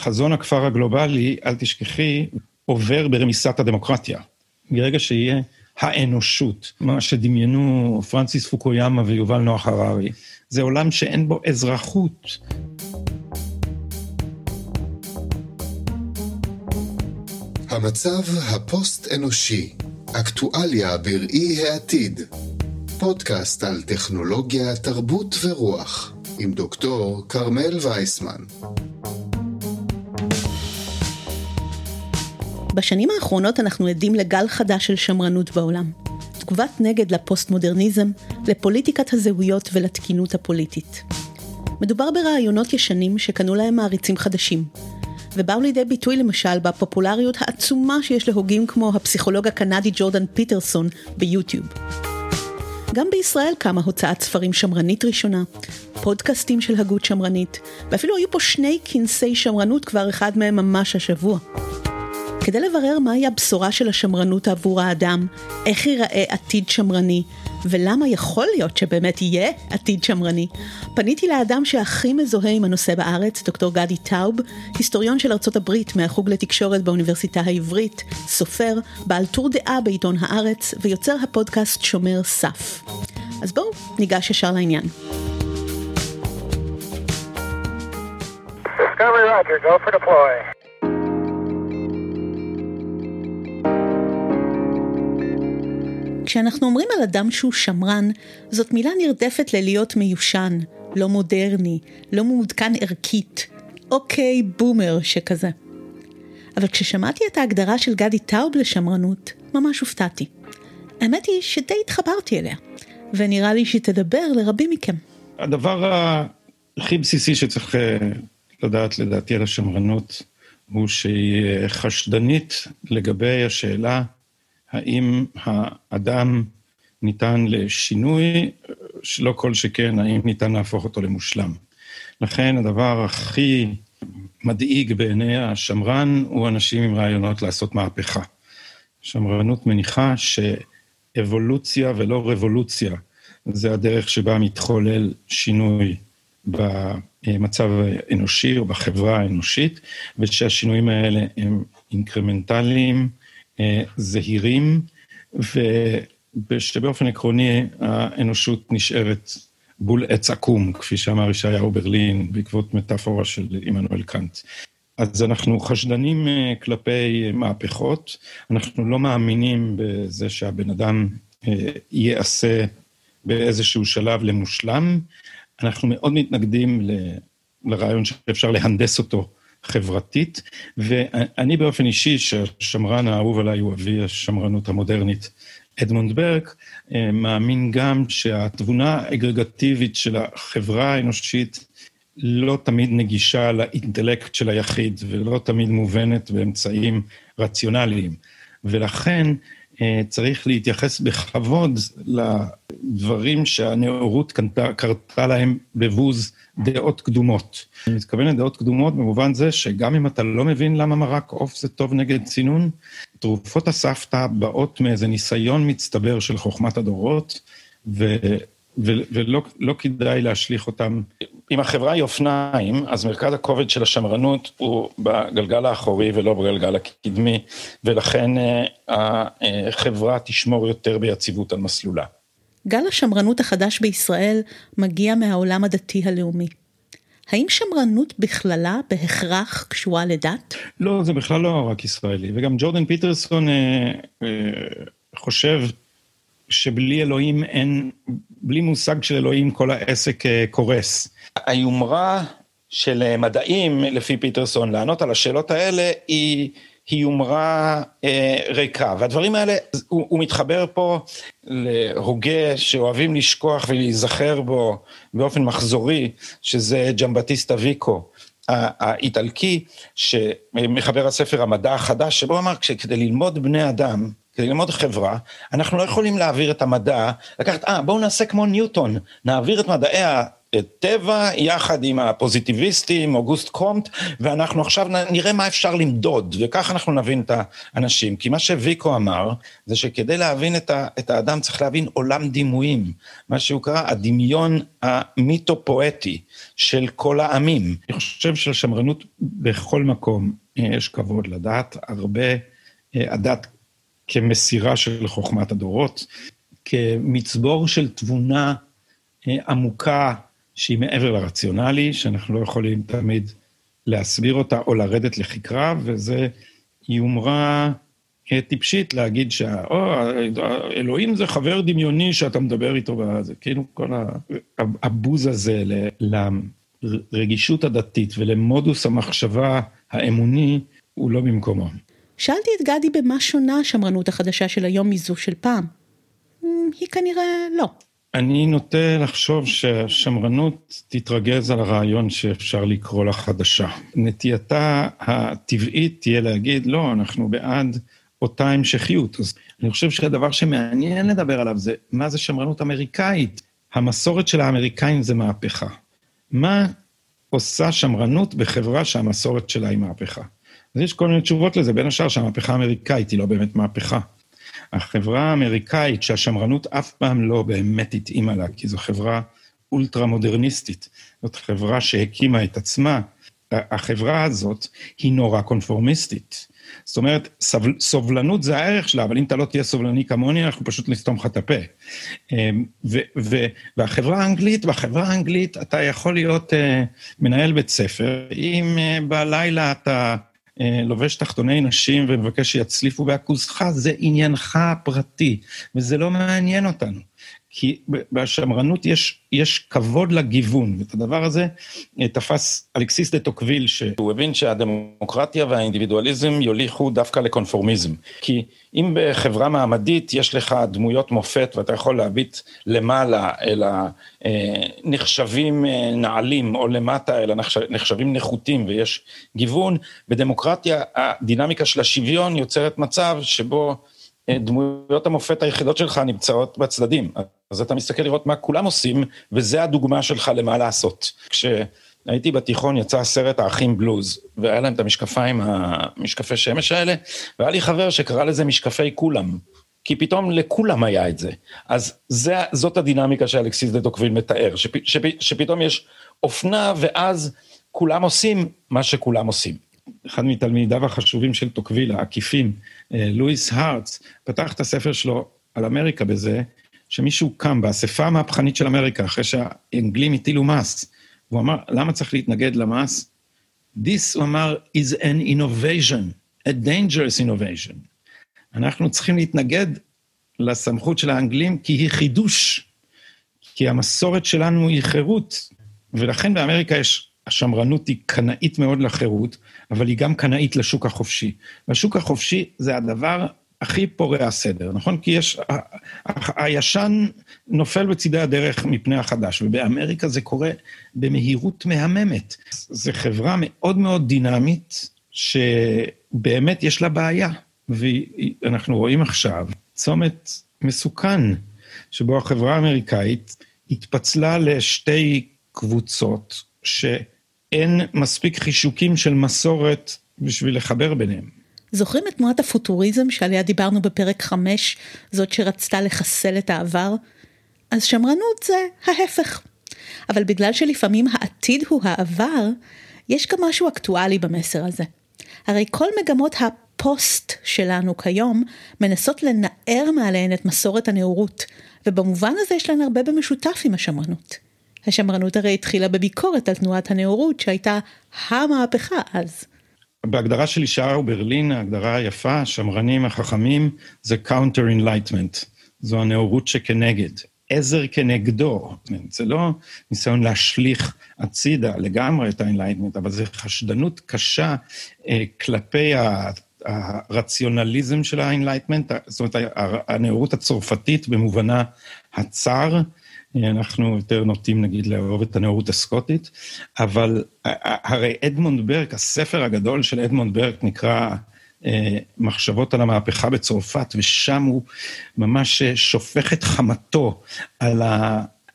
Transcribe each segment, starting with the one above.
חזון הכפר הגלובלי, אל תשכחי, עובר ברמיסת הדמוקרטיה. ברגע שיהיה האנושות, מה שדמיינו פרנסיס פוקויאמה ויובל נוח הררי, זה עולם שאין בו אזרחות. המצב הפוסט-אנושי, אקטואליה בראי העתיד. פודקאסט על טכנולוגיה, תרבות ורוח, עם דוקטור קרמל וייסמן. בשנים האחרונות אנחנו עדים לגל חדש של שמרנות בעולם. תגובת נגד לפוסט-מודרניזם, לפוליטיקת הזהויות ולתקינות הפוליטית. מדובר ברעיונות ישנים שקנו להם מעריצים חדשים, ובאו לידי ביטוי למשל בפופולריות העצומה שיש להוגים כמו הפסיכולוג הקנדי ג'ורדן פיטרסון ביוטיוב. גם בישראל קמה הוצאת ספרים שמרנית ראשונה, פודקאסטים של הגות שמרנית, ואפילו היו פה 2 כנסי שמרנות, כבר אחד מהם ממש השבוע. כדי לברר מהי הבשורה של השמרנות עבור האדם, איך ייראה עתיד שמרני, ולמה יכול להיות שבאמת יהיה עתיד שמרני, פניתי לאדם שהכי מזוהה עם הנושא בארץ, דוקטור גדי טאוב, היסטוריון של ארצות הברית מהחוג לתקשורת באוניברסיטה העברית, סופר, בעל טור דעה בעיתון הארץ, ויוצר הפודקאסט שומר סף. אז בואו ניגש ישר לעניין. Discovery Roger, go for deploy. כשאנחנו אומרים על אדם שהוא שמרן, זאת מילה נרדפת ללהיות מיושן, לא מודרני, לא מעודכן ערכית, אוקיי בומר שכזה. אבל כששמעתי את ההגדרה של גדי טאוב לשמרנות, ממש הופתעתי. האמת היא שדי התחברתי אליה, ונראה לי שתדבר לרבים מכם. הדבר הכי בסיסי שצריך לדעת לדעתי על השמרנות, הוא שהיא חשדנית לגבי השאלה, האם האדם ניתן לשינוי, שלא כל שכן, האם ניתן להפוך אותו למושלם. לכן הדבר הכי מדאיג בעיני השמרן, הוא אנשים עם רעיונות לעשות מהפכה. שמרנות מניחה שאבולוציה ולא רבולוציה, זה הדרך שבה מתחולל שינוי במצב האנושי או בחברה האנושית, ושהשינויים האלה הם אינקרמנטליים, זהירים, ושבאופן עקרוני האנושות נשארת בול עץ עקום, כפי שאמר ישעיהו ברלין, בעקבות מטאפורה של עמנואל קאנט. אז אנחנו חשדנים כלפי מהפכות, אנחנו לא מאמינים בזה שהבן אדם יעשה באיזשהו שלב למושלם, אנחנו מאוד מתנגדים לרעיון שאפשר להנדס אותו, חברתית, ואני באופן אישי, שהשמרן האהוב עליי הוא אבי השמרנות המודרנית, אדמונד ברק, מאמין גם שהתבונה האגרגטיבית של החברה האנושית לא תמיד נגישה לאינטלקט של היחיד, ולא תמיד מובנת באמצעים רציונליים, ולכן צריך להתייחס בכבוד לדברים שהנאורות קרתה להם בבוז דעות קדומות. אני מתכוון לדעות קדומות במובן זה שגם אם אתה לא מבין למה מרק עוף זה טוב נגד צינון, תרופות הסבתא באות מאיזה ניסיון מצטבר של חוכמת הדורות, ולא כדאי להשליך אותם. אם החברה היא אופניים, אז מרכז הכובד של השמרנות הוא בגלגל האחורי ולא בגלגל הקדמי, ולכן החברה תשמור יותר ביציבות על מסלולה. גל השמרנות החדש בישראל מגיע מהעולם הדתי הלאומי. האם שמרנות בכללה בהכרח קשורה לדת? לא, זה בכלל לא רק ישראלי, וגם ג'ורדן פיטרסון חושב שבלי אלוהים אין, בלי מושג של אלוהים כל העסק קורס. היומרה של מדעים, לפי פיטרסון, לענות על השאלות האלה, היא יומרה ריקה. והדברים האלה, הוא מתחבר פה להוגה שאוהבים לשכוח ולהיזכר בו באופן מחזורי, שזה ג'מבטיסטה ויקו, האיטלקי, שמחבר הספר המדע החדש, שבו אמר, כדי ללמוד בני אדם, כדי ללמוד חברה, אנחנו לא יכולים להעביר את המדע, לקחת, בואו נעשה כמו ניוטון, נעביר את מדעי טבע, יחד עם הפוזיטיביסטים, אוגוסט קומט, ואנחנו עכשיו נראה מה אפשר למדוד, וכך אנחנו נבין את האנשים, כי מה שוויקו אמר, זה שכדי להבין את האדם, צריך להבין עולם דימויים, מה שהוא קרא, הדמיון המיתופואטי של כל העמים. אני חושב שלשמרנות בכל מקום יש כבוד לדעת, הרבה הדת כמסירה של חוכמת הדורות, כמצבור של תבונה עמוקה שהיא מעבר לרציונלי, שאנחנו לא יכולים תמיד להסביר אותה או לרדת לחקרה, וזה יומרה טיפשית להגיד שאלוהים זה חבר דמיוני שאתה מדבר איתו, וזה כאילו כל הבוז הזה לרגישות הדתית ולמודוס המחשבה האמוני הוא לא במקומו. שאלתי את גדי במה שונה השמרנות החדשה של היום מזו של פעם. היא כנראה לא. אני נוטה לחשוב שהשמרנות תתרגז על הרעיון שאפשר לקרוא לה חדשה. נטייתה הטבעית תהיה להגיד, לא, אנחנו בעד אותה המשכיות. אז אני חושב שהדבר שמעניין לדבר עליו זה, מה זה שמרנות אמריקאית? המסורת של האמריקאים זה מהפכה. מה עושה שמרנות בחברה שהמסורת שלה היא מהפכה? אז יש כל מיני תשובות לזה, בין השאר שהמהפכה האמריקאית היא לא באמת מהפכה. החברה האמריקאית שהשמרנות אף פעם לא באמת התאימה לה, כי זו חברה אולטרה מודרניסטית, זאת חברה שהקימה את עצמה, החברה הזאת היא נורא קונפורמיסטית. זאת אומרת, סובלנות זה הערך שלה, אבל אם אתה לא תהיה סובלני כמוני, אנחנו פשוט נסתום לך את הפה. והחברה האנגלית אתה יכול להיות מנהל בית ספר, אם בלילה אתה לובש תחתוני נשים ומבקש שיצליפו בהכוזך, זה עניינך הפרטי, וזה לא מעניין אותנו. כי בשמרנות יש כבוד לגיוון, ואת הדבר הזה תפס אלכסיס דה טוקוויל, שהוא הבין שהדמוקרטיה והאינדיבידואליזם יוליכו דווקא לקונפורמיזם. כי אם בחברה מעמדית יש לך דמויות מופת, ואתה יכול להביט למעלה, אלא נחשבים נעלים, או למטה, אלא נחשבים נחותים, ויש גיוון, בדמוקרטיה הדינמיקה של השוויון יוצרת מצב שבו דמויות המופת היחידות שלך נמצאות בצדדים, אז אתה מסתכל לראות מה כולם עושים, וזה הדוגמה שלך למה לעשות. כשהייתי בתיכון יצא הסרט האחים בלוז, והיה להם את המשקפי שמש האלה, והיה לי חבר שקרא לזה משקפי כולם, כי פתאום לכולם היה את זה. אז זאת הדינמיקה שאלכסיס דה טוקוויל מתאר, שפתאום יש אופנה, ואז כולם עושים מה שכולם עושים. אחד מתלמידיו החשובים של טוקוויל, העקיפים, לואיס הרץ, פתח את הספר שלו על אמריקה בזה, שמישהו קם באספה המהפכנית של אמריקה, אחרי שהאנגלים הטילו מס, והוא אמר, למה צריך להתנגד למס? This, הוא אמר, is an innovation, a dangerous innovation. אנחנו צריכים להתנגד לסמכות של האנגלים, כי היא חידוש, כי המסורת שלנו היא חירות, ולכן באמריקה השמרנות היא קנאית מאוד לחירות, אבל היא גם קנאית לשוק החופשי. והשוק החופשי זה הדבר הכי פורע הסדר, נכון? כי הישן נופל בצידי הדרך מפני החדש, ובאמריקה זה קורה במהירות מהממת. זו חברה מאוד מאוד דינמית, שבאמת יש לה בעיה, ואנחנו רואים עכשיו צומת מסוכן, שבו החברה האמריקאית התפצלה לשתי קבוצות, שאין מספיק חישוקים של מסורת בשביל לחבר ביניהם. זוכרים את תנועת הפוטוריזם שעליה דיברנו בפרק 5, זאת שרצתה לחסל את העבר? אז שמרנות זה ההפך. אבל בגלל שלפעמים העתיד הוא העבר, יש גם משהו אקטואלי במסר הזה. הרי כל מגמות הפוסט שלנו כיום מנסות לנער מעליהן את מסורת הנאורות, ובמובן הזה יש להן הרבה במשותף עם השמרנות. השמרנות הרי התחילה בביקורת על תנועת הנאורות שהייתה המהפכה אז. בהגדרה של ישעיהו ברלין, ההגדרה היפה, השמרנים החכמים, זה counter enlightenment, זו הנאורות שכנגד, עזר כנגדו, זה לא ניסיון להשליך הצידה לגמרי את ה-enlightenment, אבל זה חשדנות קשה כלפי הרציונליזם של ה-enlightenment, זאת אומרת הנאורות הצרפתית במובנה הצר, אנחנו יותר נוטים נגיד לאהוב את הנאורות הסקוטית, אבל הרי אדמונד ברק, הספר הגדול של אדמונד ברק נקרא מחשבות על המהפכה בצרפת, ושם הוא ממש שופך את חמתו על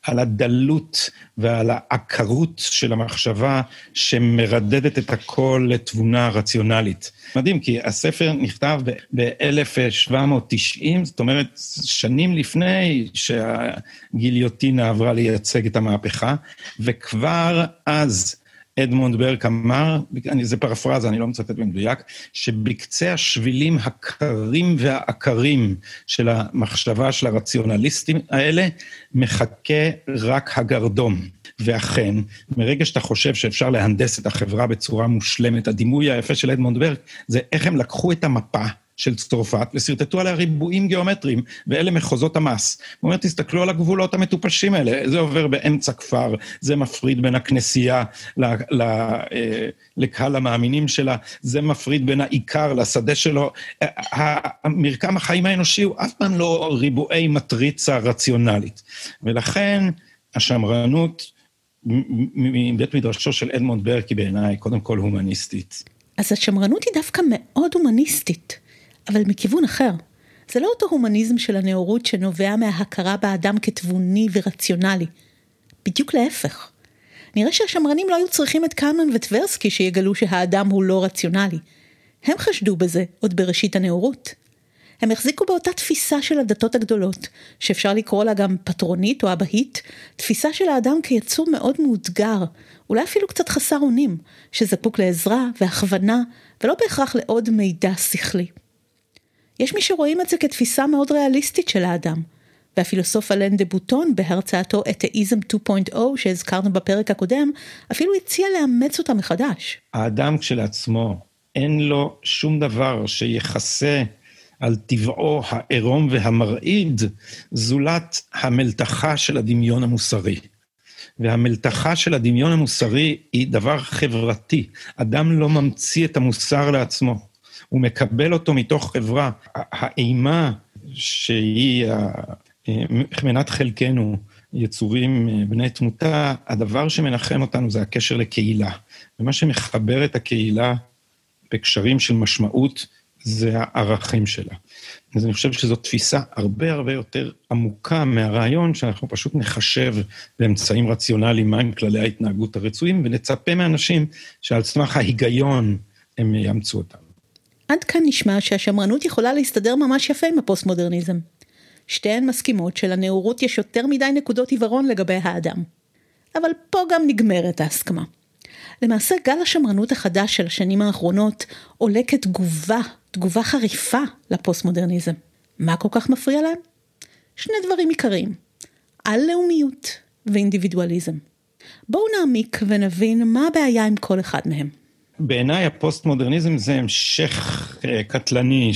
על הדלות ועל העקרות של המחשבה שמרדדת את הכל לתבונה רציונלית. מדהים, כי הספר נכתב ב-1790, זאת אומרת, שנים לפני שהגיליוטינה עברה לייצג את המהפכה, וכבר אז אדמונד ברק אמר, זה פרפרזה, אני לא מצטט במדויק, שבקצה השבילים הקרים והעקרים של המחשבה של הרציונליסטים האלה, מחכה רק הגרדום. ואכן, מרגע שאתה חושב שאפשר להנדס את החברה בצורה מושלמת, הדימוי היפה של אדמונד ברק, זה איך הם לקחו את המפה של צרפת, וסרטטו עליה ריבועים גיאומטריים, ואלה מחוזות המס. הוא אומר, תסתכלו על הגבולות המטופשים האלה, זה עובר באמצע כפר, זה מפריד בין הכנסייה לקהל המאמינים שלה, זה מפריד בין העיקר לשדה שלו. מרקם החיים האנושי הוא אף פעם לא ריבועי מטריצה רציונלית. ולכן השמרנות מבית מדרשו של אדמונד ברק היא בעיניי קודם כל הומניסטית. אז השמרנות היא דווקא מאוד הומניסטית. אבל מכיוון אחר. זה לא אותו הומניזם של הנאורות שנובע מההכרה באדם כתבוני ורציונלי. בדיוק להפך. נראה שהשמרנים לא היו צריכים את קלמן וטברסקי שיגלו שהאדם הוא לא רציונלי. הם חשדו בזה עוד בראשית הנאורות. הם החזיקו באותה תפיסה של הדתות הגדולות, שאפשר לקרוא לה גם פטרונית או אבהית, תפיסה של האדם כיצור מאוד מאותגר, אולי אפילו קצת חסר אונים, שזקוק לעזרה והכוונה, ולא בהכרח לעוד מידע שכלי. יש מי שרואים את זה כתפיסה מאוד ריאליסטית של האדם, והפילוסוף אלן דה בוטון בהרצאתו אתאיזם 2.0 שהזכרנו בפרק הקודם, אפילו הציע לאמץ אותה מחדש. האדם כשלעצמו אין לו שום דבר שיחסה על טבעו העירום והמרעיד, זולת המלתחה של הדמיון המוסרי. והמלתחה של הדמיון המוסרי היא דבר חברתי. אדם לא ממציא את המוסר לעצמו. הוא מקבל אותו מתוך חברה. האימה שהיא מנת חלקנו, יצורים בני תמותה, הדבר שמנחם אותנו זה הקשר לקהילה. ומה שמחבר את הקהילה בקשרים של משמעות, זה הערכים שלה. אז אני חושב שזו תפיסה הרבה הרבה יותר עמוקה מהרעיון שאנחנו פשוט נחשב באמצעים רציונליים מהם כללי ההתנהגות הרצויים, ונצפה מאנשים שעל סמך ההיגיון הם יאמצו אותם. עד כאן נשמע שהשמרנות יכולה להסתדר ממש יפה עם הפוסט-מודרניזם. שתיהן מסכימות שלנאורות יש יותר מדי נקודות עיוורון לגבי האדם. אבל פה גם נגמרת ההסכמה. למעשה גל השמרנות החדש של השנים האחרונות עולה תגובה חריפה לפוסט-מודרניזם. מה כל כך מפריע להם? שני דברים עיקריים, על-לאומיות ואינדיבידואליזם. בואו נעמיק ונבין מה הבעיה עם כל אחד מהם. בעיניי הפוסט-מודרניזם זה המשך קטלני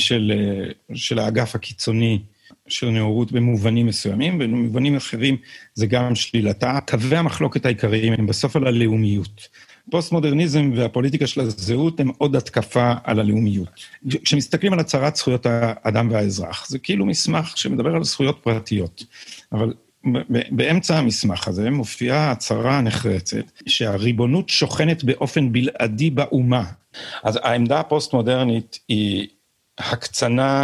של האגף הקיצוני של הנאורות במובנים מסוימים, ובמובנים אחרים זה גם שלילתה. קווי המחלוקת העיקריים הם בסוף על הלאומיות. פוסט-מודרניזם והפוליטיקה של הזהות הם עוד התקפה על הלאומיות. כשמסתכלים על הצהרת זכויות האדם והאזרח, זה כאילו מסמך שמדבר על זכויות פרטיות, אבל באמצע המסמך הזה מופיעה הצהרה נחרצת שהריבונות שוכנת באופן בלעדי באומה. אז העמדה הפוסט-מודרנית היא הקצנה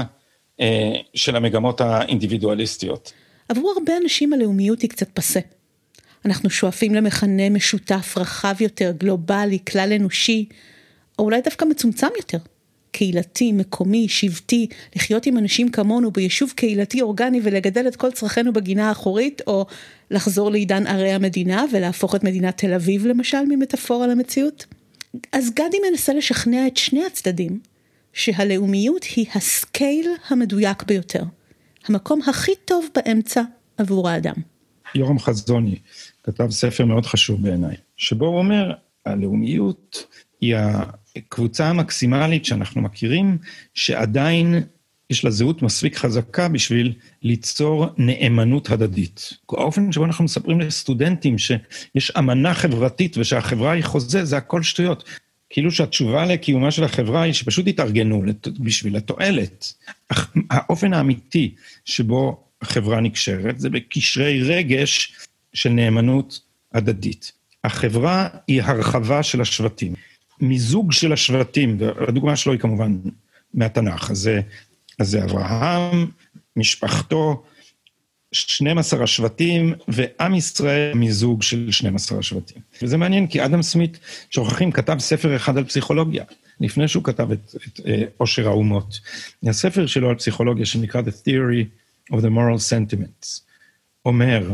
של המגמות האינדיבידואליסטיות. עבור הרבה אנשים הלאומיות היא קצת פסה. אנחנו שואפים למכנה משותף רחב יותר, גלובלי, כלל אנושי, או אולי דווקא מצומצם יותר. קהילתי, מקומי, שבטי, לחיות עם אנשים כמונו ביישוב קהילתי אורגני ולגדל את כל צרכינו בגינה האחורית, או לחזור לעידן ערי המדינה ולהפוך את מדינת תל אביב למשל ממטאפורה למציאות. אז גדי מנסה לשכנע את שני הצדדים שהלאומיות היא הסקייל המדויק ביותר. המקום הכי טוב באמצע עבור האדם. יורם חזוני כתב ספר מאוד חשוב בעיניי, שבו הוא אומר, הלאומיות היא הקבוצה המקסימלית שאנחנו מכירים, שעדיין יש לה זהות מספיק חזקה בשביל ליצור נאמנות הדדית. האופן שבו אנחנו מספרים לסטודנטים שיש אמנה חברתית ושהחברה היא חוזה, זה הכל שטויות. כאילו שהתשובה לקיומה של החברה היא שפשוט התארגנו בשביל התועלת. האופן האמיתי שבו החברה נקשרת זה בקשרי רגש של נאמנות הדדית. החברה היא הרחבה של השבטים. מיזוג של השבטים, והדוגמה שלו היא כמובן מהתנ"ך, אז זה אברהם, משפחתו, 12 השבטים, ועם ישראל מיזוג של 12 השבטים. וזה מעניין, כי אדם סמית, שוכחים, כתב ספר אחד על פסיכולוגיה, לפני שהוא כתב את עושר האומות. הספר שלו על פסיכולוגיה, שנקרא The Theory of the Moral Sentiments, אומר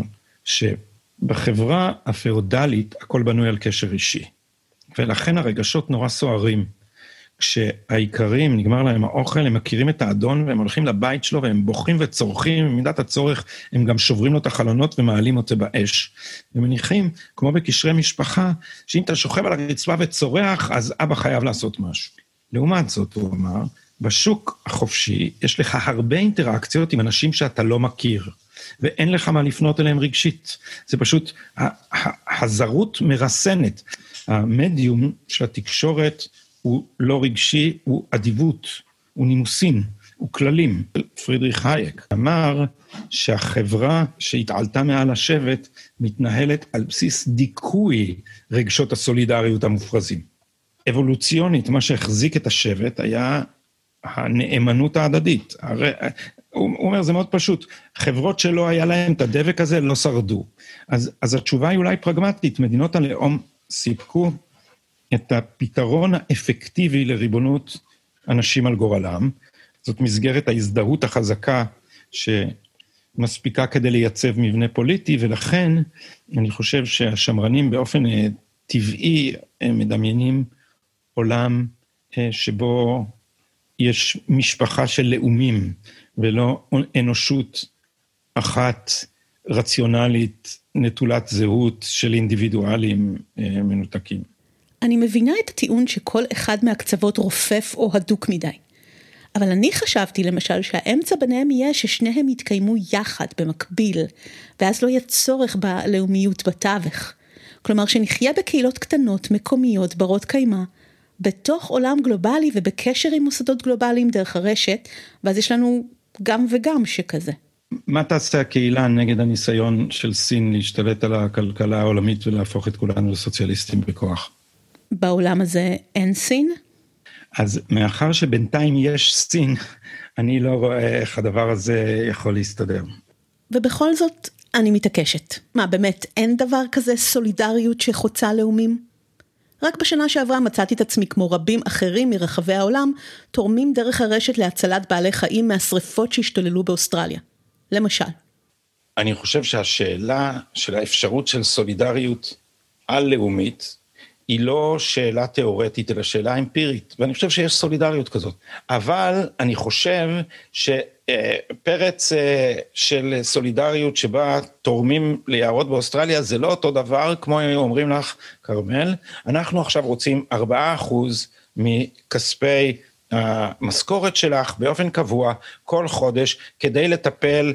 שבחברה הפאודלית, הכל בנוי על קשר אישי. ולכן הרגשות נורא סוערים. כשהעיקרים, נגמר להם האוכל, הם מכירים את האדון, והם הולכים לבית שלו, והם בוכים וצורכים, במידת הצורך, הם גם שוברים לו את החלונות, ומעלים אותו באש. ומניחים, כמו בקשרי משפחה, שאם אתה שוכב על הרצפה וצורח, אז אבא חייב לעשות משהו. לעומת זאת, הוא אמר, בשוק החופשי, יש לך הרבה אינטראקציות עם אנשים שאתה לא מכיר, ואין לך מה לפנות אליהם רגשית. זה פשוט, הזרות מרסנת. המדיום של התקשורת, הוא לא רגשי, הוא אדיבות, הוא נימוסין, הוא כללים. פרידריך הייק אמר שהחברה שהתעלתה מעל השבט מתנהלת על בסיס דיכוי רגשות הסולידריות המופרזים. אבולוציונית, מה שהחזיק את השבט היה הנאמנות ההדדית. הוא אומר, זה מאוד פשוט, חברות שלא היה להם את הדבק הזה לא שרדו. אז התשובה היא אולי פרגמטית, מדינות הלאום סיפקו את הפתרון האפקטיבי לריבונות אנשים על גורלם, זאת מסגרת ההזדהות החזקה שמספיקה כדי לייצב מבנה פוליטי, ולכן אני חושב שהשמרנים באופן טבעי מדמיינים עולם שבו יש משפחה של לאומים, ולא אנושות אחת רציונלית, נטולת זהות של אינדיבידואלים מנותקים. אני מבינה את הטיעון שכל אחד מהקצוות רופף או הדוק מדי. אבל אני חשבתי למשל שהאמצע ביניהם יהיה ששניהם יתקיימו יחד במקביל, ואז לא יהיה צורך בלאומיות בתווך. כלומר שנחיה בקהילות קטנות, מקומיות, ברות קיימה, בתוך עולם גלובלי ובקשר עם מוסדות גלובליים דרך הרשת, ואז יש לנו גם וגם שכזה. מה תעשה הקהילה נגד הניסיון של סין להשתלט על הכלכלה העולמית ולהפוך את כולנו לסוציאליסטים בכוח? בעולם הזה אין סין? אז מאחר שבינתיים יש סין, אני לא רואה איך הדבר הזה יכול להסתדר. ובכל זאת אני מתעקשת. מה, באמת אין דבר כזה סולידריות שחוצה לאומים? רק בשנה שעברה מצאתי את עצמי כמו רבים אחרים מרחבי העולם, תורמים דרך הרשת להצלת בעלי חיים מהשריפות שהשתוללו באוסטרליה. למשל. אני חושב שהשאלה של האפשרות של סולידריות על-לאומית, היא לא שאלה תיאורטית, אלא שאלה אמפירית, ואני חושב שיש סולידריות כזאת. אבל אני חושב שפרץ של סולידריות שבה תורמים ליערות באוסטרליה, זה לא אותו דבר, כמו אומרים לך, קרמל, אנחנו עכשיו רוצים 4% מכספי המשכורת שלך באופן קבוע כל חודש, כדי לטפל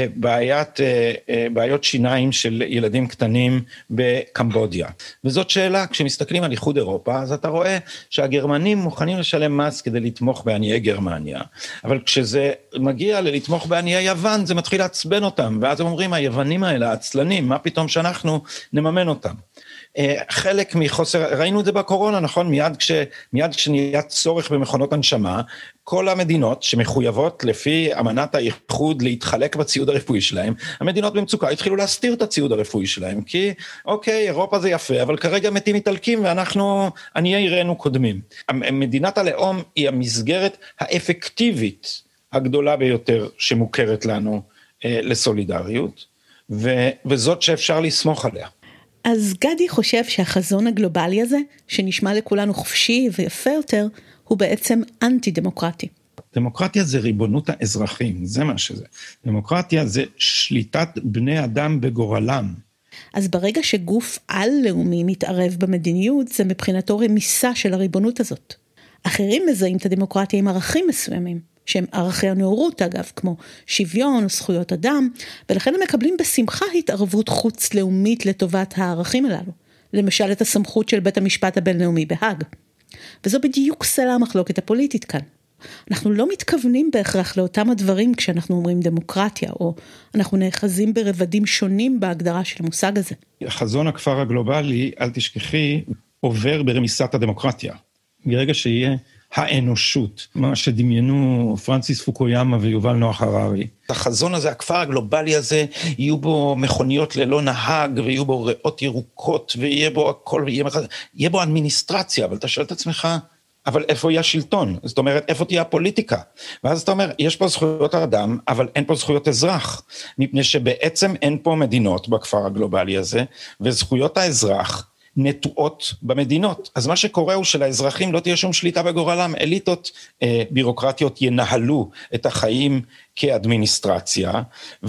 בבעיות שיניים של ילדים קטנים בקמבודיה. וזאת שאלה, כשמסתכלים על איחוד אירופה, אז אתה רואה שהגרמנים מוכנים לשלם מס כדי לתמוך בעניי גרמניה, אבל כשזה מגיע ללתמוך בעניי יוון, זה מתחיל לעצבן אותם, ואז הם אומרים, היוונים האלה, העצלנים, מה פתאום שאנחנו נממן אותם? חלק מחוסר, ראינו את זה בקורונה, נכון? מיד כשנהיה צורך במכונות הנשמה, כל המדינות שמחויבות לפי אמנת האיחוד להתחלק בציוד הרפואי שלהם, המדינות במצוקה התחילו להסתיר את הציוד הרפואי שלהם, כי אוקיי, אירופה זה יפה, אבל כרגע מתים איטלקים ואנחנו עניי עירנו קודמים. מדינת הלאום היא המסגרת האפקטיבית הגדולה ביותר שמוכרת לנו לסולידריות, וזאת שאפשר לסמוך עליה. אז גדי חושב שהחזון הגלובלי הזה, שנשמע לכולנו חופשי ויפה יותר, הוא בעצם אנטי-דמוקרטי. דמוקרטיה זה ריבונות האזרחים, זה מה שזה. דמוקרטיה זה שליטת בני אדם בגורלם. אז ברגע שגוף על-לאומי מתערב במדיניות, זה מבחינתו רמיסה של הריבונות הזאת. אחרים מזהים את הדמוקרטיה עם ערכים מסוימים, שהם ערכי הנאורות אגב, כמו שוויון או זכויות אדם, ולכן הם מקבלים בשמחה התערבות חוץ-לאומית לטובת הערכים הללו. למשל את הסמכות של בית המשפט הבינלאומי בהאג. וזו בדיוק סלע המחלוקת הפוליטית כאן. אנחנו לא מתכוונים בהכרח לאותם הדברים כשאנחנו אומרים דמוקרטיה, או אנחנו נאחזים ברבדים שונים בהגדרה של המושג הזה. חזון הכפר הגלובלי, אל תשכחי, עובר ברמיסת הדמוקרטיה. ברגע שיהיה האנושות, מה שדמיינו פרנסיס פוקויאמה ויובל נוח הררי. החזון הזה, הכפר הגלובלי הזה, יהיו בו מכוניות ללא נהג, ויהיו בו ריאות ירוקות, ויהיה בו הכל, יהיה בו אדמיניסטרציה, אבל אתה שואל את עצמך, אבל איפה יהיה השלטון? זאת אומרת, איפה תהיה הפוליטיקה? ואז אתה אומר, יש פה זכויות האדם, אבל אין פה זכויות אזרח, מפני שבעצם אין פה מדינות בכפר הגלובלי הזה, וזכויות האזרח נטועות במדינות. אז מה שקורה הוא שלאזרחים לא תהיה שום שליטה בגורלם, אליטות בירוקרטיות ינהלו את החיים כאדמיניסטרציה,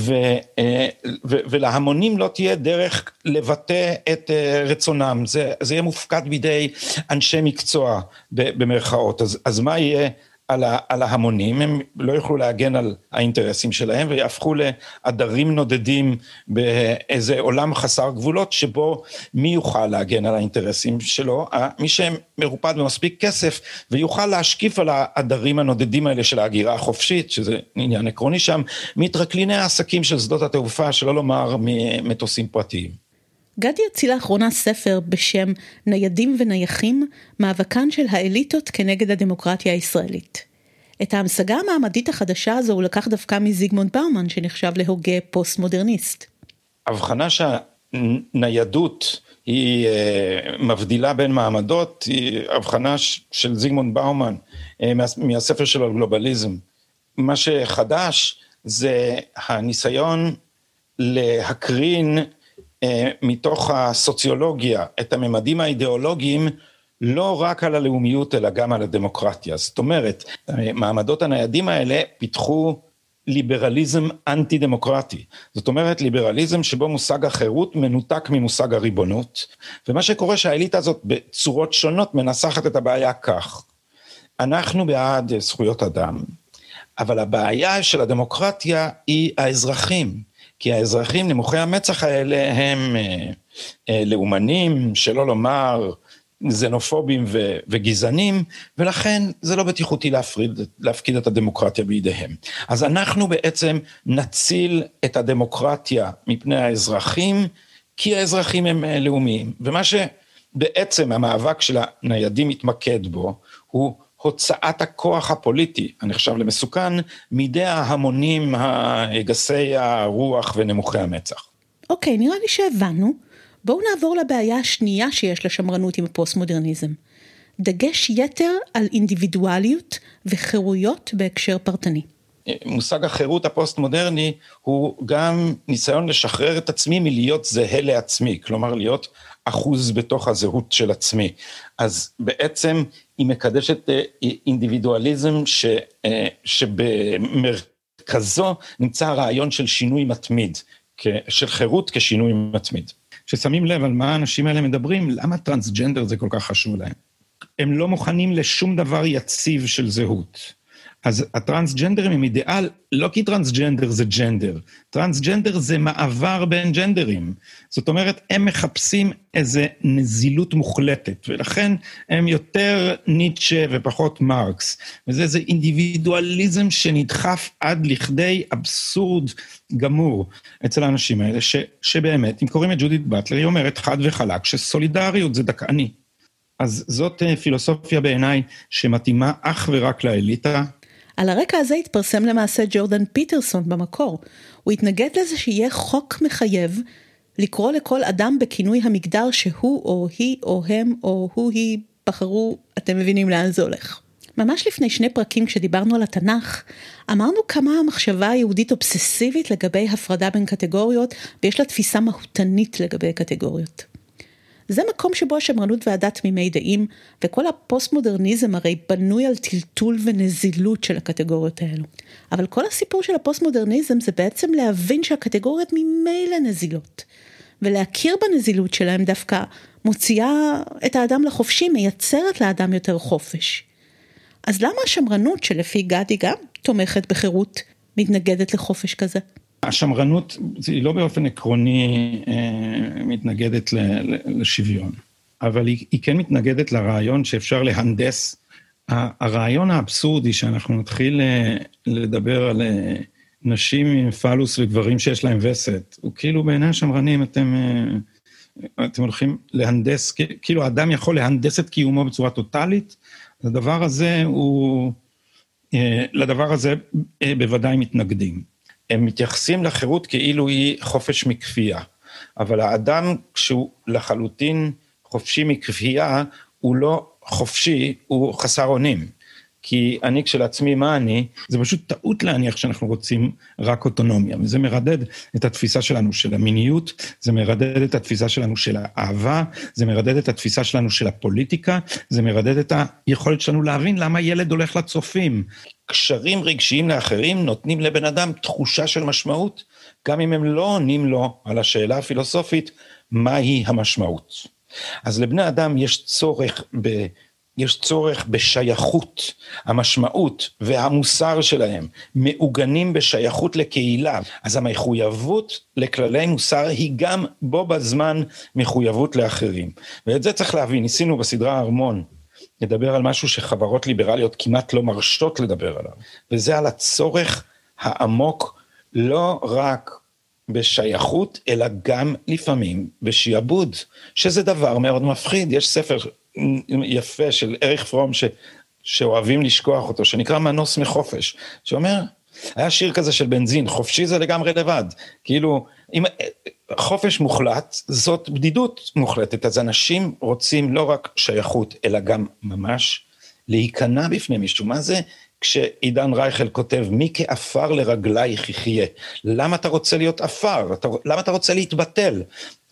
ולהמונים לא תהיה דרך לבטא את רצונם, זה יהיה מופקד בידי אנשי מקצוע במרכאות, אז מה יהיה על ההמונים? הם לא יוכלו להגן על האינטרסים שלהם, ויהפכו לעדרים נודדים באיזה עולם חסר גבולות, שבו מי יוכל להגן על האינטרסים שלו? מי שמרופד במספיק כסף, ויוכל להשקיף על העדרים הנודדים האלה של ההגירה החופשית, שזה עניין עקרוני שם, מתרקליני העסקים של שדות התעופה, שלא לומר ממטוסים פרטיים. גדי הוציא לאחרונה ספר בשם ניידים ונייחים, מאבקן של האליטות כנגד הדמוקרטיה הישראלית. את ההמשגה המעמדית החדשה הזו הוא לקח דווקא מזיגמונד באומן, שנחשב להוגה פוסט-מודרניסט. הבחנה שהניידות היא מבדילה בין מעמדות, היא הבחנה של זיגמונד באומן, מהספר שלו על גלובליזם. מה שחדש זה הניסיון להקרין מתוך הסוציולוגיה, את הממדים האידיאולוגיים, לא רק על הלאומיות, אלא גם על הדמוקרטיה. זאת אומרת, מעמדות הניידים האלה פיתחו ליברליזם אנטי-דמוקרטי. זאת אומרת, ליברליזם שבו מושג החירות מנותק ממושג הריבונות, ומה שקורה שהאליטה הזאת בצורות שונות מנסחת את הבעיה כך. אנחנו בעד זכויות אדם, אבל הבעיה של הדמוקרטיה היא האזרחים, כי האזרחים נמוכי המצח האלה הם לאומנים, שלא לומר זנופובים וגזענים, ולכן זה לא בטיחותי להפקיד את הדמוקרטיה בידיהם. אז אנחנו בעצם נציל את הדמוקרטיה מפני האזרחים, כי האזרחים הם לאומיים. ומה שבעצם המאבק של הניידים מתמקד בו, הוא הוצאת הכוח הפוליטי, הנחשב למסוכן, מידי ההמונים, גסי הרוח ונמוכי המצח. אוקיי, נראה לי שהבנו. בואו נעבור לבעיה השנייה שיש לשמרנות עם הפוסט-מודרניזם. דגש יתר על אינדיבידואליות וחירויות בהקשר פרטני. מושג החירות הפוסט-מודרני הוא גם ניסיון לשחרר את עצמי מלהיות זהה לעצמי, כלומר להיות אחוז בתוך הזהות של עצמי. אז בעצם היא מקדשת אינדיבידואליזם שבמרכזו נמצא הרעיון של שינוי מתמיד, של חירות כשינוי מתמיד. ששמים לב על מה האנשים האלה מדברים, למה טרנסג'נדר זה כל כך חשוב להם? הם לא מוכנים לשום דבר יציב של זהות. אז הטרנסג'נדרים הם אידיאל, לא כי טרנסג'נדר זה ג'נדר, טרנסג'נדר זה מעבר בין ג'נדרים, זאת אומרת, הם מחפשים איזה נזילות מוחלטת, ולכן הם יותר ניטשה ופחות מרקס, וזה איזה אינדיבידואליזם שנדחף עד לכדי אבסורד גמור אצל האנשים האלה, שבאמת, אם קוראים את ג'ודית באטלר, היא אומרת חד וחלק, שסולידריות זה דכאני. אז זאת פילוסופיה בעיניי שמתאימה אך ורק לאליטה. על הרקע הזה התפרסם למעשה ג'ורדן פיטרסון במקור. הוא התנגד לזה שיהיה חוק מחייב לקרוא לכל אדם בכינוי המגדר שהוא או היא או הם או הוא-היא בחרו, אתם מבינים לאן זה הולך. ממש לפני 2 פרקים כשדיברנו על התנ"ך, אמרנו כמה המחשבה היהודית אובססיבית לגבי הפרדה בין קטגוריות, ויש לה תפיסה מהותנית לגבי קטגוריות. זה מקום שבו השמרנות והדת תמימי דעים, וכל הפוסט-מודרניזם הרי בנוי על טלטול ונזילות של הקטגוריות האלו. אבל כל הסיפור של הפוסט-מודרניזם זה בעצם להבין שהקטגוריות ממילא נזילות, ולהכיר בנזילות שלהם דווקא מוציאה את האדם לחופשי, מייצרת לאדם יותר חופש. אז למה השמרנות שלפי גדי גם תומכת בחירות מתנגדת לחופש כזה? השמרנות היא לא באופן עקרוני מתנגדת לשוויון, אבל היא כן מתנגדת לרעיון שאפשר להנדס. הרעיון האבסורדי שאנחנו נתחיל לדבר על נשים עם פלוס וגברים שיש להם וסת, הוא כאילו בעיני השמרנים אתם הולכים להנדס, כאילו האדם יכול להנדס את קיומו בצורה טוטלית, לדבר הזה בוודאי מתנגדים. הם מתייחסים לחירות כאילו היא חופש מכפייה, אבל האדם כשהוא לחלוטין חופשי מכפייה, הוא לא חופשי, הוא חסר אונים. כי אני כשלעצמי מה אני, זה פשוט טעות להניח שאנחנו רוצים רק אוטונומיה, וזה מרדד את התפיסה שלנו של המיניות, זה מרדד את התפיסה שלנו של האהבה, זה מרדד את התפיסה שלנו של הפוליטיקה, זה מרדד את היכולת שלנו להבין למה ילד הולך לצופים. קשרים רגשיים לאחרים נותנים לבן אדם תחושה של משמעות, גם אם הם לא עונים לו על השאלה הפילוסופית, מהי המשמעות. אז לבני אדם יש צורך בשייכות, המשמעות והמוסר שלהם מעוגנים בשייכות לקהילה, אז המחויבות לכללי מוסר היא גם בו בזמן מחויבות לאחרים, ואת זה צריך להבין. ניסינו בסדרה הארמון לדבר על משהו שחברות ליברליות כמעט לא מרשות לדבר עליו, וזה על הצורך העמוק לא רק בשייכות, אלא גם לפעמים בשיעבוד, שזה דבר מאוד מפחיד. יש ספר יפה של אריך פרום שאוהבים לשכוח אותו, שנקרא מנוס מחופש, שאומר, היה שיר כזה של בנזין, חופשי זה לגמרי לבד, כאילו, אם חופש מוחלט, זאת בדידות מוחלטת, אז אנשים רוצים לא רק שייכות, אלא גם ממש להיכנע בפני מישהו. מה זה כשעידן רייכל כותב, מי כאפר לרגלייך יחיה? למה אתה רוצה להיות אפר? למה אתה רוצה להתבטל?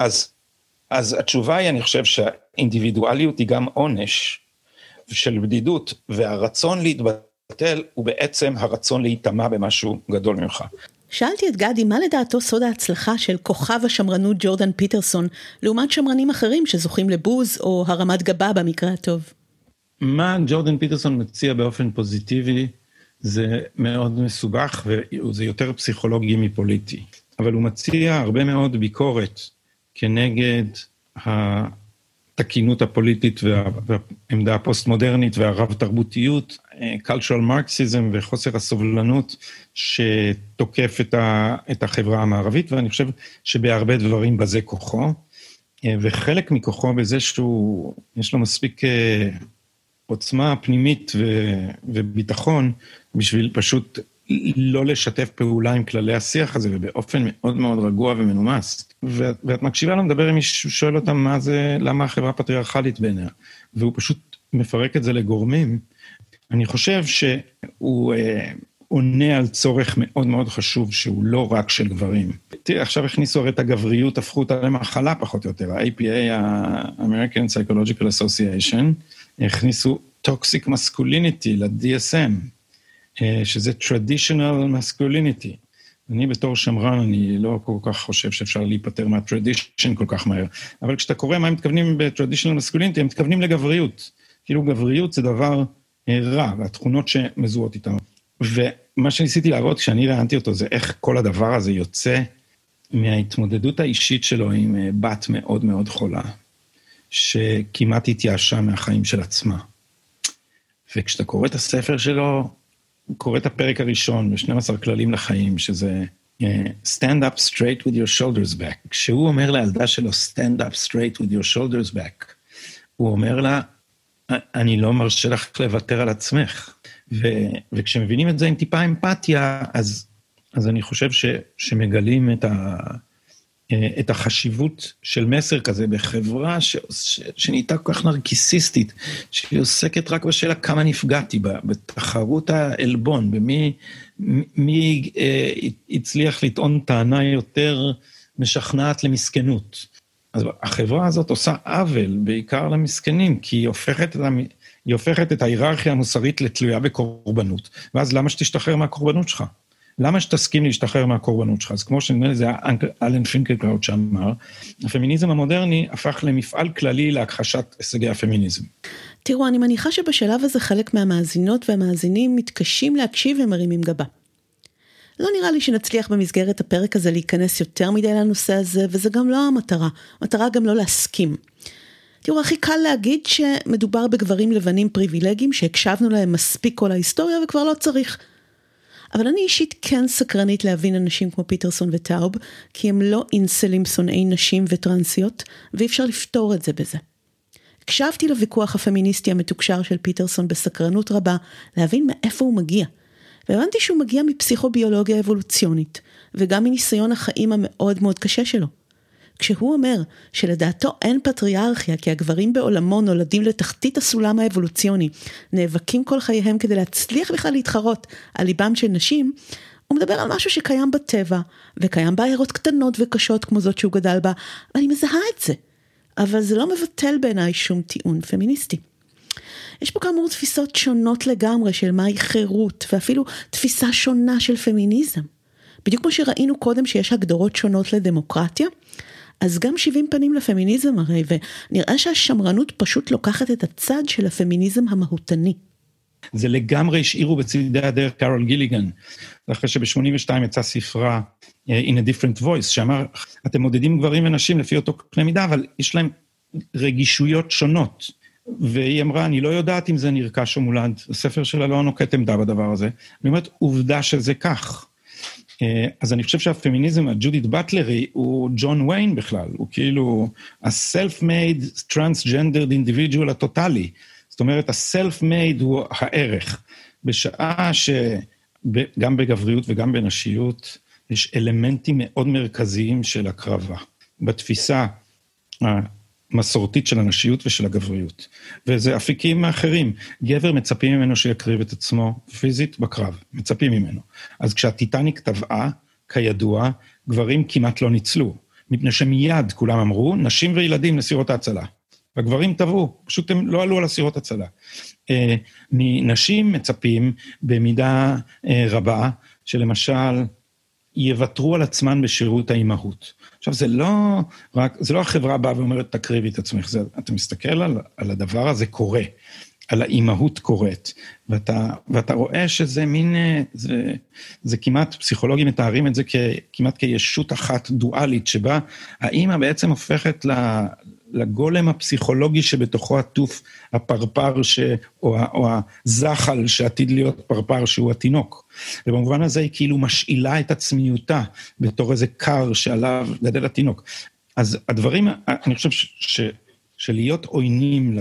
אז התשובה היא, אני חושב שהאינדיבידואליות היא גם עונש של בדידות, והרצון להתבטל הוא בעצם הרצון להיטמע במשהו גדול ממך. שאלתי את גדי, מה לדעתו סוד ההצלחה של כוכב השמרנות ג'ורדן פיטרסון, לעומת שמרנים אחרים שזוכים לבוז או הרמת גבה במקרה הטוב? מה ג'ורדן פיטרסון מציע באופן פוזיטיבי, זה מאוד מסובך, וזה יותר פסיכולוגי מפוליטי. אבל הוא מציע הרבה מאוד ביקורת, כנגד התקינות הפוליטית והעמדה הפוסט-מודרנית והרב תרבותיות, cultural marxism וחוסר הסובלנות שתוקף את החברה המערבית, ואני חושב שבהרבה דברים בזה כוחו, וחלק מכוחו בזה שיש לו מספיק עוצמה פנימית וביטחון, בשביל פשוט לא לשתף פעולה עם כללי השיח הזה, ובאופן מאוד מאוד רגוע ומנומס. ואת מקשיבה לו מדבר עם מישהו, שואל אותם מה זה, למה החברה פטריארכלית בעיניה, והוא פשוט מפרק את זה לגורמים. אני חושב שהוא עונה על צורך מאוד מאוד חשוב, שהוא לא רק של גברים. תראה, עכשיו הכניסו את הגבריות, הפכו אותה למחלה פחות או יותר, ה-APA, ה-American Psychological Association, הכניסו toxic masculinity ל-DSM, שזה traditional masculinity. אני בתור שמרן, אני לא כל כך חושב שאפשר להיפטר מה-tradition כל כך מהר, אבל כשאתה קורא מה הם מתכוונים ב-traditional masculinity, הם מתכוונים לגבריות. כאילו גבריות זה דבר רע, והתכונות שמזוהות איתנו. ומה שניסיתי להראות כשאני ראיינתי אותו, זה איך כל הדבר הזה יוצא מההתמודדות האישית שלו עם בת מאוד מאוד חולה, שכמעט התייאשה מהחיים של עצמה. וכשאתה קורא את הספר שלו, קורא את הפרק הראשון, ב-12 כללים לחיים, שזה stand up straight with your shoulders back. כשהוא אומר לילדה שלו, stand up straight with your shoulders back, הוא אומר לה, אני לא מרשה לך לוותר על עצמך. וכשמבינים את זה עם טיפה אמפתיה, אז אני חושב שמגלים את החשיבות של מסר כזה בחברה שנהייתה כל כך נרקיסיסטית, שהיא עוסקת רק בשאלה כמה נפגעתי בה, בתחרות העלבון, במי הצליח לטעון טענה יותר משכנעת למסכנות. אז החברה הזאת עושה עוול בעיקר למסכנים, כי היא הופכת את ההיררכיה המוסרית לתלויה בקורבנות. ואז למה שתשתחרר מהקורבנות שלך? למה שתסכים להשתחרר מהקורבנות שלך? אז כמו שנראה לי, זה היה אלן פינקלקראוט שאמר, הפמיניזם המודרני הפך למפעל כללי להכחשת הישגי הפמיניזם. תראו, אני מניחה שבשלב הזה חלק מהמאזינות והמאזינים מתקשים להקשיב ומרימים גבה. לא נראה לי שנצליח במסגרת הפרק הזה להיכנס יותר מדי לנושא הזה, וזה גם לא המטרה. המטרה גם לא להסכים. תראו, הכי קל להגיד שמדובר בגברים לבנים פריבילגיים, שהקשבנו להם מספיק כל ההיסטוריה וכבר לא צריך. אבל אני אישית כן סקרנית להבין אנשים כמו פיטרסון וטאוב, כי הם לא אינסלים שונאי נשים וטרנסיות, ואי אפשר לפתור את זה בזה. הקשבתי לוויכוח הפמיניסטי המתוקשר של פיטרסון בסקרנות רבה, להבין מאיפה הוא מגיע. והבנתי שהוא מגיע מפסיכוביולוגיה אבולוציונית, וגם מניסיון החיים המאוד מאוד קשה שלו. כשהוא אומר שלדעתו אין פטריארכיה, כי הגברים בעולמו נולדים לתחתית הסולם האבולוציוני, נאבקים כל חייהם כדי להצליח בכלל להתחרות על ליבם של נשים, הוא מדבר על משהו שקיים בטבע, וקיים בעיירות קטנות וקשות כמו זאת שהוא גדל בה, ואני מזהה את זה. אבל זה לא מבטל בעיניי שום טיעון פמיניסטי. יש פה כאמור תפיסות שונות לגמרי של מהי חירות, ואפילו תפיסה שונה של פמיניזם. בדיוק כמו שראינו קודם שיש הגדרות שונות לדמוקרטיה, אז גם 70 פנים לפמיניזם הרי, ונראה שהשמרנות פשוט לוקחת את הצד של הפמיניזם המהותני. זה לגמרי השאירו בצדי הדרך קארול גיליגן, אחרי שב-82 יצא ספרה In a Different Voice, שאמר, אתם מודדים גברים ונשים לפי אותו קנה מידה, אבל יש להם רגישויות שונות. והיא אמרה, אני לא יודעת אם זה נרכש או מולד, הספר שלה לא נוקט עמדה בדבר הזה. אני אומרת, עובדה שזה כך. אז אני חושב שהפמיניזם, הג'ודית באטלרי, הוא ג'ון ויין בכלל, הוא כאילו ה-self-made transgendered individual הטוטלי. זאת אומרת, ה-self-made הוא הערך. בשעה שגם בגבריות וגם בנשיות, יש אלמנטים מאוד מרכזיים של הקרבה. בתפיסה המסורתית של הנשיות ושל הגבריות. וזה אפיקים אחרים. גבר מצפים ממנו שיקריב את עצמו פיזית בקרב. מצפים ממנו. אז כשהטיטניק טבעה, כידוע, גברים כמעט לא ניצלו. מפני שמיד כולם אמרו, נשים וילדים לסירות ההצלה. הגברים טבעו, פשוט הם לא עלו על הסירות הצלה. מנשים מצפים במידה רבה, שלמשל יוותרו על עצמן בשירות האימהות. עכשיו, זה לא החברה באה ואומרת, תקריבי את עצמך, אתה מסתכל על הדבר הזה קורה, על האימהות קורית, ואתה רואה שזה מין, זה כמעט, פסיכולוגים מתארים את זה כמעט כישות אחת דואלית, שבה האימא בעצם הופכת לגולם הפסיכולוגי שבתוכו עטוף הפרפר או הזחל שעתיד להיות פרפר שהוא התינוק. ובמובן הזה היא כאילו משאילה את עצמיותה בתור איזה קר שעליו גדל התינוק. אז הדברים, אני חושב שלהיות עוינים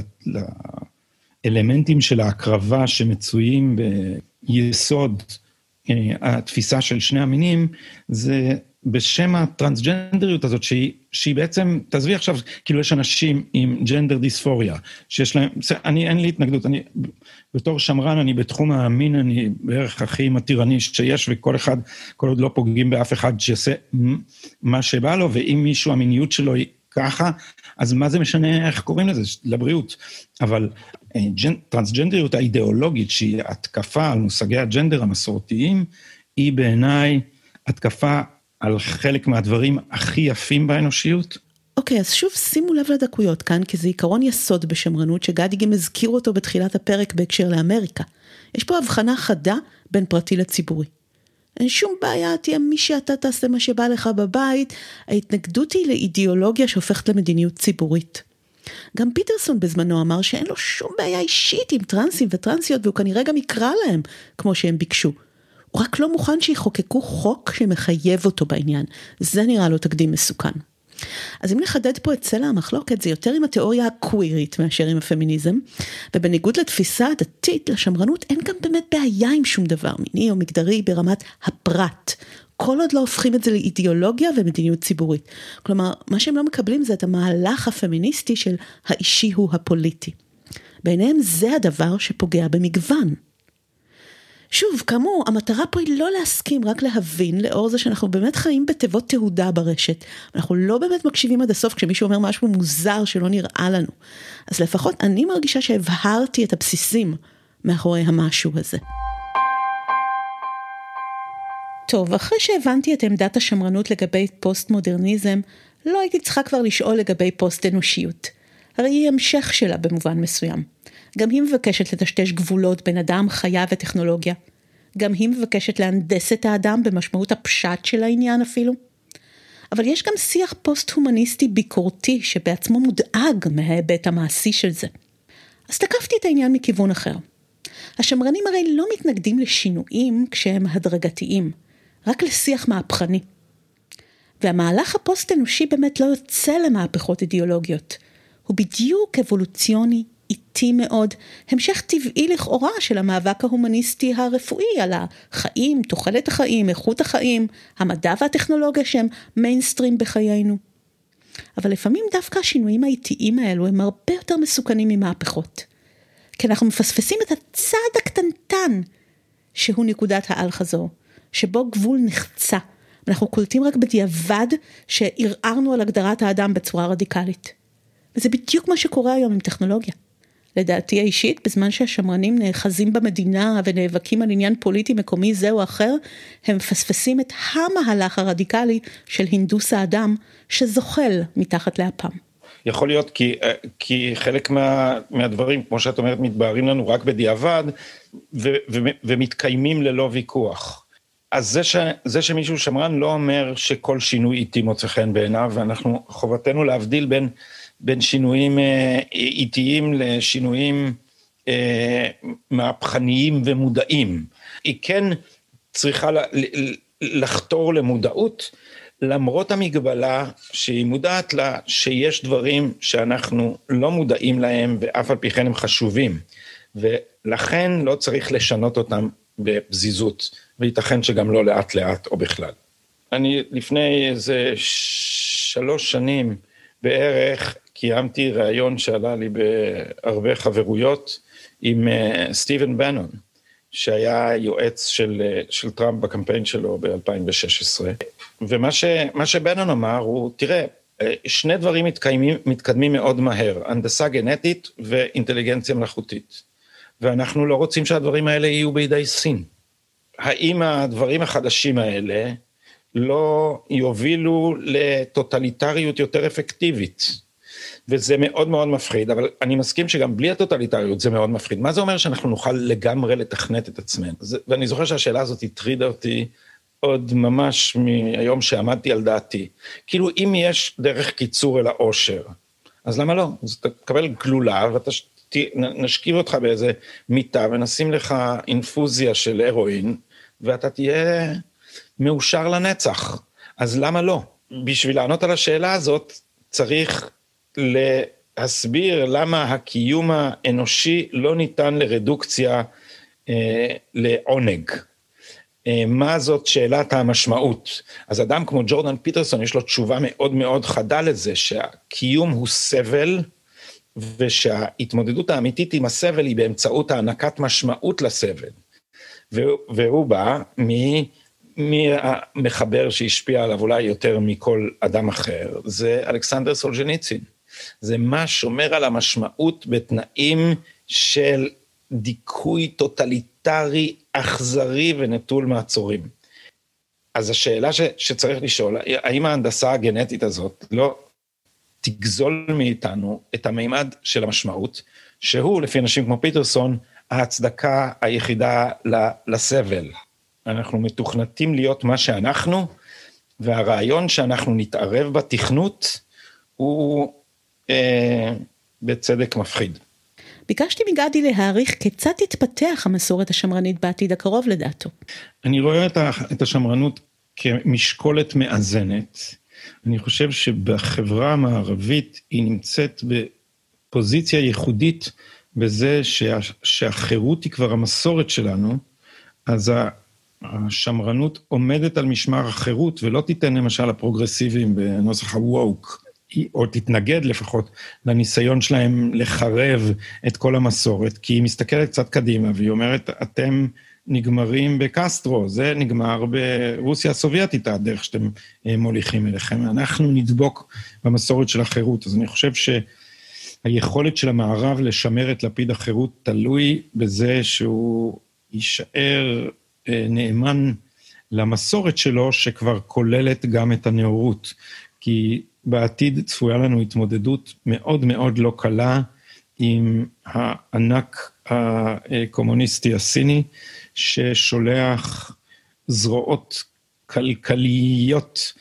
לאלמנטים של ההקרבה שמצויים ביסוד התפיסה של שני המינים, זה בשם הטרנסג'נדריות הזאת, שהיא בעצם, תעזבי עכשיו, כאילו יש אנשים עם ג'נדר דיספוריה, שיש להם, אין לי התנגדות, בתור שמרן, אני בתחום המין, אני בערך הכי מתירני שיש, וכל אחד, כל עוד לא פוגעים באף אחד, שיעשה מה שבא לו, ואם מישהו, המיניות שלו היא ככה, אז מה זה משנה איך קוראים לזה? לבריאות. אבל טרנסג'נדריות האידיאולוגית, שהיא התקפה על מושגי הג'נדר המסורתיים, היא בעיניי התקפה על חלק מהדברים הכי יפים באנושיות. אוקיי, אז שוב שימו לב לדקויות כאן, כי זה עיקרון יסוד בשמרנות, שגדי גם הזכיר אותו בתחילת הפרק בהקשר לאמריקה. יש פה הבחנה חדה בין פרטי לציבורי. אין שום בעיה, תהיה מי שאתה תעשה מה שבא לך בבית, ההתנגדות היא לאידיאולוגיה שהופכת למדיניות ציבורית. גם פיטרסון בזמנו אמר שאין לו שום בעיה אישית עם טרנסים וטרנסיות, והוא כנראה גם יקרא להם כמו שהם ביקשו. הוא רק לא מוכן שיחוקקו חוק שמחייב אותו בעניין. זה נראה לו תקדים מסוכן. אז אם נחדד פה את צלע המחלוקת, זה יותר עם התיאוריה הקווירית מאשר עם הפמיניזם, ובניגוד לתפיסה הדתית, לשמרנות אין גם באמת בעיה עם שום דבר מיני או מגדרי ברמת הפרט. כל עוד לא הופכים את זה לאידיאולוגיה ומדיניות ציבורית. כלומר, מה שהם לא מקבלים זה את המהלך הפמיניסטי של האישי הוא הפוליטי. ביניהם זה הדבר שפוגע במגוון. שוב, כאמור, המטרה פה היא לא להסכים, רק להבין, לאור זה שאנחנו באמת חיים בתיבות תהודה ברשת. אנחנו לא באמת מקשיבים עד הסוף כשמישהו אומר משהו מוזר שלא נראה לנו. אז לפחות אני מרגישה שהבהרתי את הבסיסים מאחורי המשהו הזה. טוב, אחרי שהבנתי את עמדת השמרנות לגבי פוסט-מודרניזם, לא הייתי צריכה כבר לשאול לגבי פוסט-אנושיות. הרי היא המשך שלה במובן מסוים. גם היא מבקשת לטשטש גבולות בין אדם, חיה וטכנולוגיה. גם היא מבקשת להנדס את האדם במשמעות הפשט של העניין אפילו. אבל יש גם שיח פוסט-הומניסטי ביקורתי שבעצמו מודאג מההיבט המעשי של זה. אז תקפתי את העניין מכיוון אחר. השמרנים הרי לא מתנגדים לשינויים כשהם הדרגתיים, רק לשיח מהפכני. והמהלך הפוסט-אנושי באמת לא יוצא למהפכות אידיאולוגיות. הוא בדיוק אבולוציוני, איטי מאוד, המשך טבעי לכאורה של המאבק ההומניסטי הרפואי על החיים, תוחלת החיים, איכות החיים, המדע והטכנולוגיה שהם מיינסטרים בחיינו. אבל לפעמים דווקא השינויים האיטיים האלו הם הרבה יותר מסוכנים ממהפכות. כי אנחנו מפספסים את הצעד הקטנטן שהוא נקודת העל חזור, שבו גבול נחצה. אנחנו קולטים רק בדיעבד שערערנו על הגדרת האדם בצורה רדיקלית. וזה בדיוק מה שקורה היום עם טכנולוגיה. לדעתי האישית, בזמן שהשמרנים נאחזים במדינה ונאבקים על עניין פוליטי מקומי זה או אחר, הם מפספסים את המהלך הרדיקלי של הינדוס האדם שזוחל מתחת לאפם. יכול להיות כי חלק מהדברים, כמו שאת אומרת, מתבהרים לנו רק בדיעבד, ומתקיימים ללא ויכוח. אז זה שמישהו שמרן לא אומר שכל שינוי איטי מוצא חן בעיניו, ואנחנו חובתנו להבדיל בין שינויים איטיים לשינויים מהפכניים ומודעים. היא כן צריכה לחתור למודעות, למרות המגבלה שהיא מודעת לה, שיש דברים שאנחנו לא מודעים להם, ואף על פי כן הם חשובים, ולכן לא צריך לשנות אותם בפזיזות, וייתכן שגם לא לאט לאט או בכלל. אני לפני איזה 3 שנים בערך, קיימתי ראיון שעלה לי בהרבה חברויות, עם סטיבן בנון, שהיה יועץ של טראמפ בקמפיין שלו ב-2016, ומה שבנון אמר הוא, תראה, 2 דברים מתקדמים מאוד מהר, הנדסה גנטית ואינטליגנציה מלאכותית, ואנחנו לא רוצים שהדברים האלה יהיו בידי סין. האם הדברים החדשים האלה לא יובילו לטוטליטריות יותר אפקטיבית? וזה מאוד מאוד מפחיד, אבל אני מסכים שגם בלי הטוטליטריות זה מאוד מפחיד. מה זה אומר שאנחנו נוכל לגמרי לתכנת את עצמנו? ואני זוכר שהשאלה הזאת הטרידה אותי עוד ממש מהיום שעמדתי על דעתי. כאילו אם יש דרך קיצור אל האושר, אז למה לא? אז אתה תקבל גלולה ונשכיב אותך באיזה מיטה ונשים לך אינפוזיה של הרואין, ואתה תהיה מאושר לנצח. אז למה לא? בשביל לענות על השאלה הזאת צריך להסביר למה הקיום האנושי לא ניתן לרדוקציה לעונג. מה זאת שאלת המשמעות? אז אדם כמו ג'ורדן פיטרסון יש לו תשובה מאוד מאוד חדה לזה, שהקיום הוא סבל, ושההתמודדות האמיתית עם הסבל היא באמצעות הענקת משמעות לסבל. והוא בא מהמחבר שהשפיע עליו אולי יותר מכל אדם אחר, זה אלכסנדר סולז'ניצין. זה מה שומר על המשמעות בתנאים של דיכוי טוטליטרי, אכזרי ונטול מעצורים. אז השאלה שצריך לשאול, האם ההנדסה הגנטית הזאת לא תגזול מאיתנו את המימד של המשמעות, שהוא לפי אנשים כמו פיטרסון, ההצדקה היחידה לסבל. אנחנו מתוכנתים להיות מה שאנחנו, והרעיון שאנחנו נתערב בתכנות, הוא בצדק מפחיד. ביקשתי מגדי להעריך כיצד תתפתח המסורת השמרנית בעתיד הקרוב לדעתו. אני רואה את השמרנות כמשקולת מאזנת. אני חושב שבחברה המערבית היא נמצאת בפוזיציה ייחודית, בזה שהחירות היא כבר המסורת שלנו, אז השמרנות עומדת על משמר החירות, ולא תיתן למשל לפרוגרסיביים בנוסח הווק, או תתנגד לפחות לניסיון שלהם לחרב את כל המסורת, כי היא מסתכלת קצת קדימה, והיא אומרת, אתם נגמרים בקסטרו, זה נגמר ברוסיה הסובייטית, הדרך שאתם מוליכים אליכם, אנחנו נדבוק במסורת של החירות, אז אני חושב שהיכולת של המערב לשמר את לפיד החירות, תלוי בזה שהוא יישאר נאמן למסורת שלו, שכבר כוללת גם את הנאורות, כי בעתיד צפויה לנו התמודדות מאוד מאוד לא קלה, עם הענק הקומוניסטי הסיני, ששולח זרועות כלכליות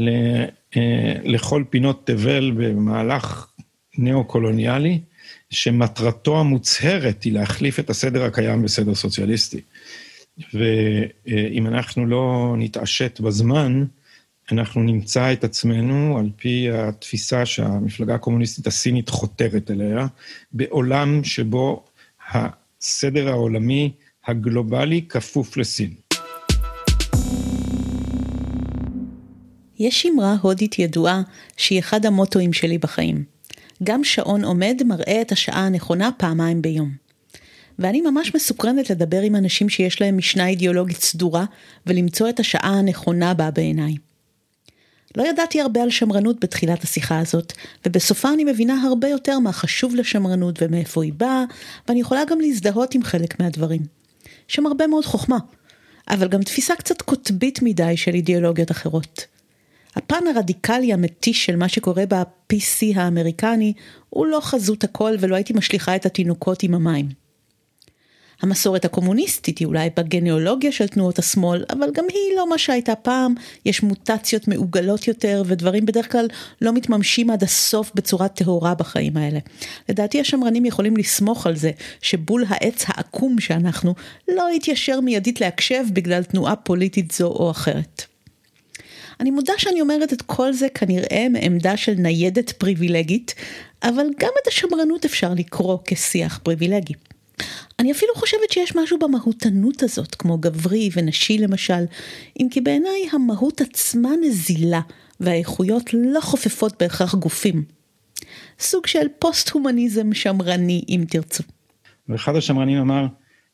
לכל פינות תבל במהלך נאו-קולוניאלי, שמטרתו המוצהרת היא להחליף את הסדר הקיים בסדר סוציאליסטי. ואם אנחנו לא נתעשת בזמן, אנחנו נמצא את עצמנו, על פי התפיסה שהמפלגה הקומוניסטית הסינית חותרת אליה, בעולם שבו הסדר העולמי הגלובלי כפוף לסין. יש אמרה הודית ידועה שהיא אחד המוטואים שלי בחיים. גם שעון עומד מראה את השעה הנכונה פעמיים ביום. ואני ממש מסוקרנת לדבר עם אנשים שיש להם משנה אידיאולוגית סדורה, ולמצוא את השעה הנכונה בה בעיניי. לא ידעתי הרבה על שמרנות בתחילת השיחה הזאת, ובסופה אני מבינה הרבה יותר מה חשוב לשמרנות ומאיפה היא באה, ואני יכולה גם להזדהות עם חלק מהדברים. שם הרבה מאוד חוכמה, אבל גם תפיסה קצת קוטבית מדי של אידיאולוגיות אחרות. הפן הרדיקלי המתיש של מה שקורה ב-PC האמריקני, הוא לא חזות הכל ולא הייתי משליחה את התינוקות עם המים. המסורת הקומוניסטית היא אולי בגניאולוגיה של תנועות השמאל, אבל גם היא לא מה שהייתה פעם, יש מוטציות מעוגלות יותר, ודברים בדרך כלל לא מתממשים עד הסוף בצורה טהורה בחיים האלה. לדעתי השמרנים יכולים לסמוך על זה, שבול העץ העקום שאנחנו לא יתיישר מיידית להקשב בגלל תנועה פוליטית זו או אחרת. אני מודה שאני אומרת את כל זה כנראה מעמדה של ניידת פריבילגית, אבל גם את השמרנות אפשר לקרוא כשיח פריבילגי. אני אפילו חושבת שיש משהו במהותנות הזאת, כמו גברי ונשי למשל, אם כי בעיניי המהות עצמה נזילה, והאיכויות לא חופפות בהכרח גופים. סוג של פוסט-הומניזם שמרני, אם תרצו. ואחד השמרנים אמר,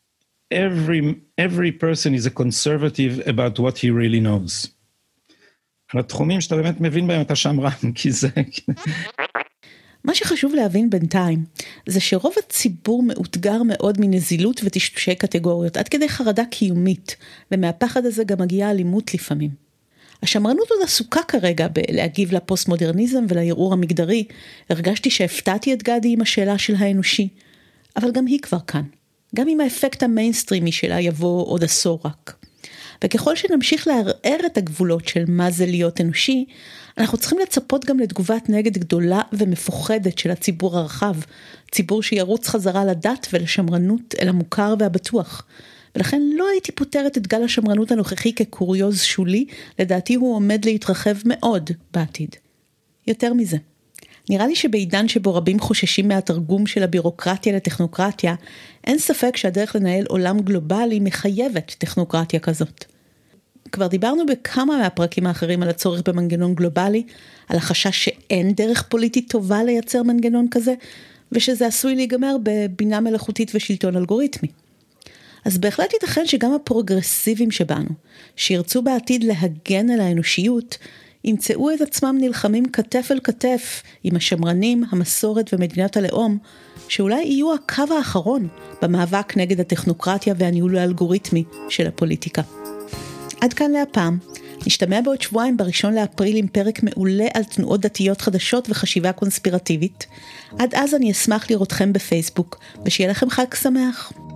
every person is a conservative about what he really knows. על התחומים שאתה באמת מבין בהם אתה שמרן, כי זה... מה שחשוב להבין בינתיים, זה שרוב הציבור מאותגר מאוד מנזילות ותשתושי קטגוריות, עד כדי חרדה קיומית, ומהפחד הזה גם מגיעה אלימות לפעמים. השמרנות עוד עסוקה כרגע בלהגיב לפוסט-מודרניזם ולערעור המגדרי, הרגשתי שהפתעתי את גדי עם השאלה של האנושי, אבל גם היא כבר כאן. גם עם האפקט המיינסטרימי שלה יבוא עוד עשור רק. וככל שנמשיך לערער את הגבולות של מה זה להיות אנושי, אנחנו צריכים לצפות גם לתגובת נגד גדולה ומפוחדת של הציבור הרחב, ציבור שירוץ חזרה לדת ולשמרנות אל המוכר והבטוח. ולכן לא הייתי פותרת את גל השמרנות הנוכחי כקוריוז שולי, לדעתי הוא עומד להתרחב מאוד בעתיד. יותר מזה, נראה לי שבעידן שבו רבים חוששים מהתרגום של הבירוקרטיה לטכנוקרטיה, אין ספק שהדרך לנהל עולם גלובלי מחייבת טכנוקרטיה כזאת. כבר דיברנו בכמה מהפרקים האחרים על הצורך במנגנון גלובלי, על החשש שאין דרך פוליטית טובה לייצר מנגנון כזה, ושזה עשוי להיגמר בבינה מלאכותית ושלטון אלגוריתמי. אז בהחלט ייתכן שגם הפרוגרסיבים שבנו, שירצו בעתיד להגן על האנושיות, ימצאו את עצמם נלחמים כתף אל כתף עם השמרנים, המסורת ומדינת הלאום, שאולי יהיו הקו האחרון במאבק נגד הטכנוקרטיה והניהול האלגוריתמי של הפוליטיקה. עד כאן להפעם. נשתמע בעוד שבועיים ב1 לאפריל עם פרק מעולה על תנועות דתיות חדשות וחשיבה קונספירטיבית. עד אז אני אשמח לראותכם בפייסבוק, ושיהיה לכם חג שמח.